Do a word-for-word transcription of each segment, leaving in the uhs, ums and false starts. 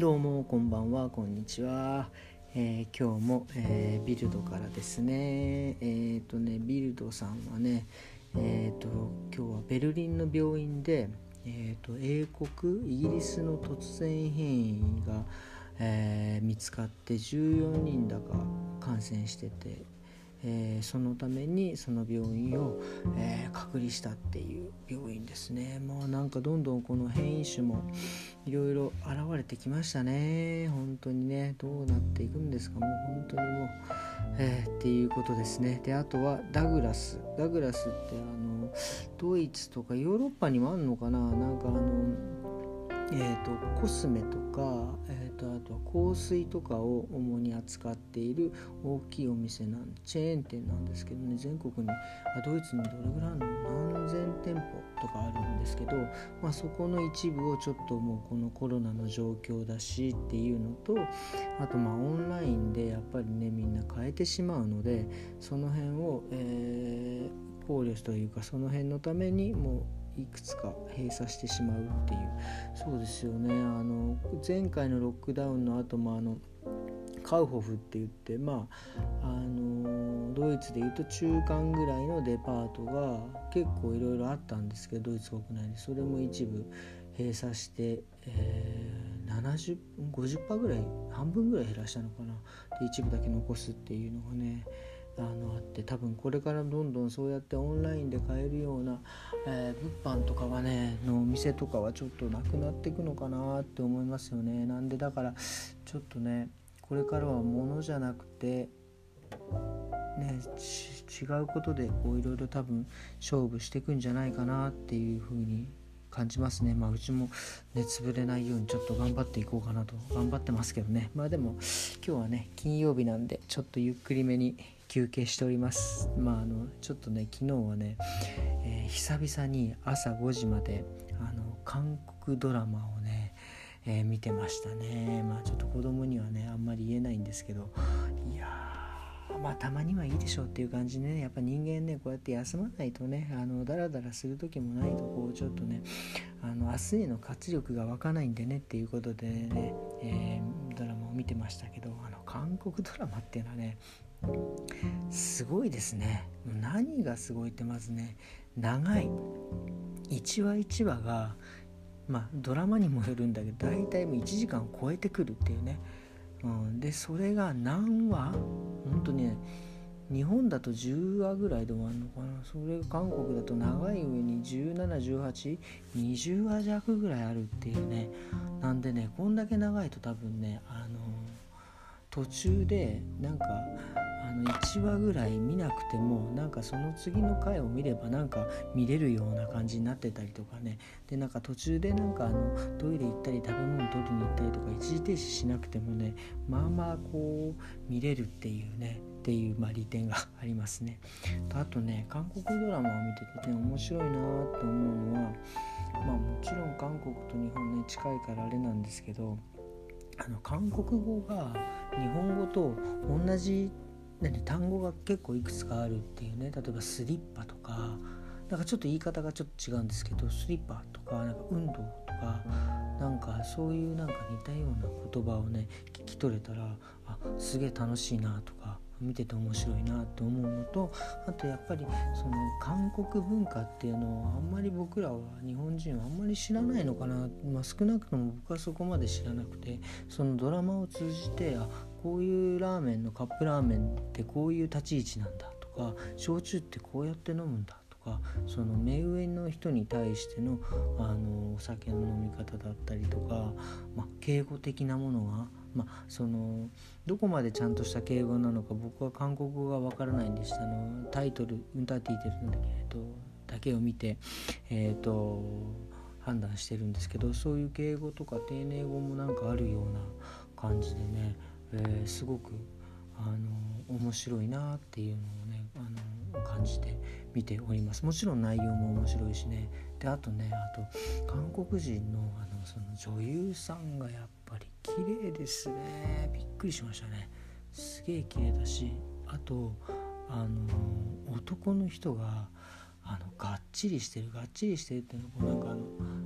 どうもこんばんは、こんにちは。えー、今日も、えー、ビルドからですね。えっ、ー、とねビルドさんはね、えっ、と今日はベルリンの病院で、えー、と英国イギリスの突然変異が、えー、見つかってじゅうよにんだか感染してて、えー、そのためにその病院を、えー、隔離したっていう病院ですね。もうなんかどんどんこの変異種もいろいろ現れてきましたね。本当にね、どうなっていくんですか。もう本当にもう、えー、っていうことですね。で、あとはダグラスダグラスってあのドイツとかヨーロッパにもあるのかな。なんかあのえー、とコスメとか、えー、とあとは香水とかを主に扱っている大きいお店なんチェーン店なんですけどね、全国にあドイツにどれぐらいあるの何千店舗とかあるんですけど、まあ、そこの一部をちょっともうこのコロナの状況だしっていうのと、あとまあオンラインでやっぱりねみんな変えてしまうので、その辺を、えー、考慮というか、その辺のためにもういくつか閉鎖してしまうっていう。そうですよね。あの前回のロックダウンの後もあのカウホフって言って、まあ、あのドイツでいうと中間ぐらいのデパートが結構いろいろあったんですけど、ドイツ国内でそれも一部閉鎖して、えー、ななじゅう、ごじゅっパーセント ぐらい、半分ぐらい減らしたのかな。で一部だけ残すっていうのがねあのあって、多分これからどんどんそうやってオンラインで買えるような、えー、物販とかはねのお店とかはちょっとなくなっていくのかなって思いますよね。なんでだからちょっとねこれからは物じゃなくてね違うことでこういろいろ多分勝負していくんじゃないかなっていう風に感じますね。まあうちもね潰れないようにちょっと頑張っていこうかなと頑張ってますけどね。まあでも今日はね金曜日なんでちょっとゆっくりめに休憩しております。まああのちょっとね昨日はね、えー、久々に朝ごじまであの韓国ドラマをね、えー、見てましたね。まあちょっと子供にはねあんまり言えないんですけど、いやまあたまにはいいでしょうっていう感じでね、やっぱ人間ねこうやって休まないとね、あのダラダラする時もないとこうちょっとねあの明日への活力が湧かないんでねっていうことでね、えー、ドラマを見てましたけど、あの韓国ドラマっていうのはねすごいですね。何がすごいって、まずね長い一話一話がまあドラマにもよるんだけど大体もういちじかんを超えてくるっていうね、うん、でそれが何話本当にね日本だとじゅうわぐらいで終わるのかな。それが韓国だと長い上にじゅうなな、じゅうはち、にじゅうわ弱ぐらいあるっていうね。なんでねこんだけ長いと多分ねあの途中でなんかあのいちわぐらい見なくてもなんかその次の回を見ればなんか見れるような感じになってたりとかね。でなんか途中でなんかあのトイレ行ったり食べ物取りに行ったりとか一時停止しなくてもねまあまあこう見れるっていうねっていう、まあ、利点がありますね。あとね韓国ドラマを見ててね面白いなって思うのは、まあもちろん韓国と日本ね近いからあれなんですけど、あの韓国語が日本語と同じ何単語が結構いくつかあるっていうね。例えばスリッパとかなんかちょっと言い方がちょっと違うんですけど、スリッパとかなんか運動とかなんかそういうなんか似たような言葉をね聞き取れたらあすげえ楽しいなとか見てて面白いなと思うのと、あとやっぱりその韓国文化っていうのをあんまり僕らは日本人はあんまり知らないのかな、まあ、少なくとも僕はそこまで知らなくて、そのドラマを通じてあこういうラーメンのカップラーメンってこういう立ち位置なんだとか、焼酎ってこうやって飲むんだとか、その目上の人に対しての、あのお酒の飲み方だったりとか、まあ、敬語的なものがまあ、そのどこまでちゃんとした敬語なのか僕は韓国語がわからないんでした。あのタイトルウンターティーテルなんだけどだけを見て、えー、と判断してるんですけど、そういう敬語とか丁寧語もなんかあるような感じでね、えー、すごくあの面白いなっていうのをねあの感じて見ております。もちろん内容も面白いしね。であとねあと韓国人のあのその女優さんがやっぱり綺麗ですね。びっくりしましたね。すげえ綺麗だし、あとあの男の人があのがっちりしてるがっちりしてるっていうのもなんかあの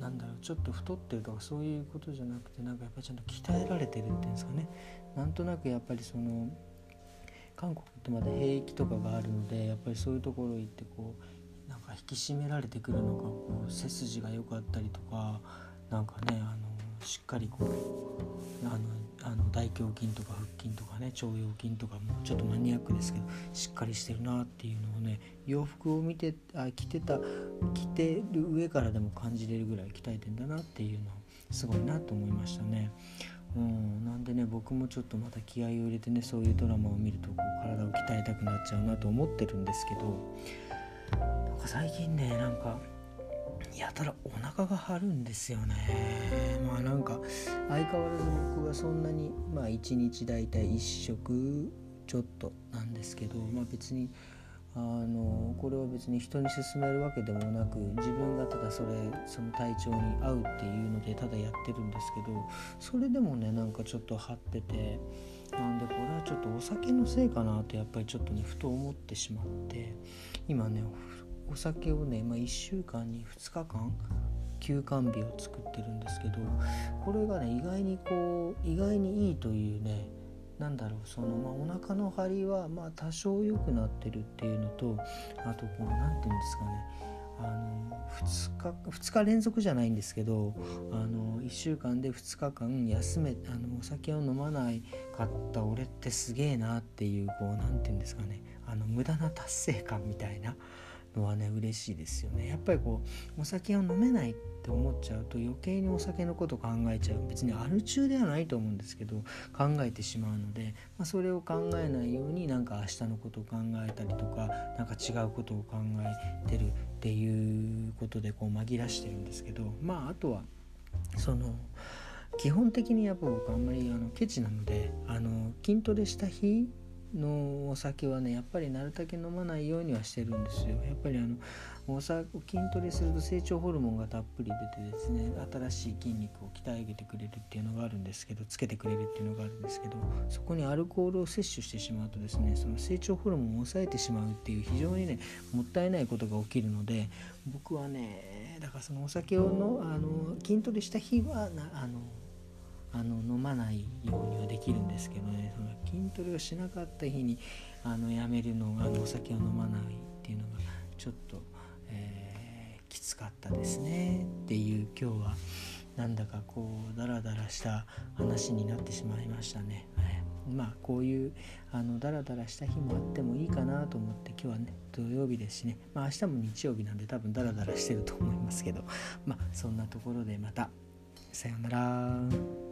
なんだろうちょっと太ってるとかそういうことじゃなくて、なんかやっぱりちゃんと鍛えられてるっていうんですかね。なんとなくやっぱりその韓国ってまだ兵役とかがあるので、やっぱりそういうところ行ってこうなんか引き締められてくるのがこう背筋が良かったりとか、なんかねあのしっかりこうあのあの大胸筋とか腹筋とかね腸腰筋とかもちょっとマニアックですけどしっかりしてるなっていうのをね、洋服を見てあ着てた着てる上からでも感じれるぐらい鍛えてんだなっていうのはすごいなと思いましたね。うん、なんでね僕もちょっとまた気合を入れてね、そういうドラマを見るとこう体を鍛えたくなっちゃうなと思ってるんですけど、なんか最近ねなんかやたらお腹が張るんですよね。まあなんか相変わらず僕はそんなにまあいちにちだいたいいっ食ちょっとなんですけど、まあ別にあのこれは別に人に勧めるわけでもなく、自分がただそれその体調に合うっていうのでただやってるんですけど、それでもねなんかちょっと張ってて、なんでこれはちょっとお酒のせいかなとやっぱりちょっとねふと思ってしまって、今ねお酒をね、まあ、いっしゅうかんにふつかかん休肝日を作ってるんですけど、これがね意外にこう意外にいいというね、なんだろうその、まあ、お腹の張りはまあ多少良くなってるっていうのと、あとこうなんていうんですかね、あのふつかふつか連続じゃないんですけど、あのいっしゅうかんでふつかかん休めあのお酒を飲まないかった俺ってすげえなっていう、こうなんていうんですかね、あの無駄な達成感みたいなのはね嬉しいですよね。やっぱりこうお酒を飲めないって思っちゃうと余計にお酒のこと考えちゃう、別にアル中ではないと思うんですけど考えてしまうので、まあ、それを考えないようになんか明日のことを考えたりとか、なんか違うことを考えてるっていうことでこう紛らしてるんですけど、まああとはその基本的にやっぱ僕あんまりあのケチなので、あの筋トレした日のお酒はねやっぱりなるだけ飲まないようにはしてるんですよ。やっぱりあのお酒筋トレすると成長ホルモンがたっぷり出てですね、新しい筋肉を鍛え上げてくれるっていうのがあるんですけど、つけてくれるっていうのがあるんですけど、そこにアルコールを摂取してしまうとですね、その成長ホルモンを抑えてしまうっていう非常にねもったいないことが起きるので、僕はねだからそのお酒をのあの筋トレした日はなあのあの飲まないようにはできるんですけどね、その筋トレをしなかった日にあのやめるのあのお酒を飲まないっていうのがちょっと、えー、きつかったですねっていう今日はなんだかこうダラダラした話になってしまいましたね。はい、まあこういうあのダラダラした日もあってもいいかなと思って、今日はね土曜日ですしね、まあ明日も日曜日なんで多分ダラダラしてると思いますけど、まあそんなところでまたさようなら。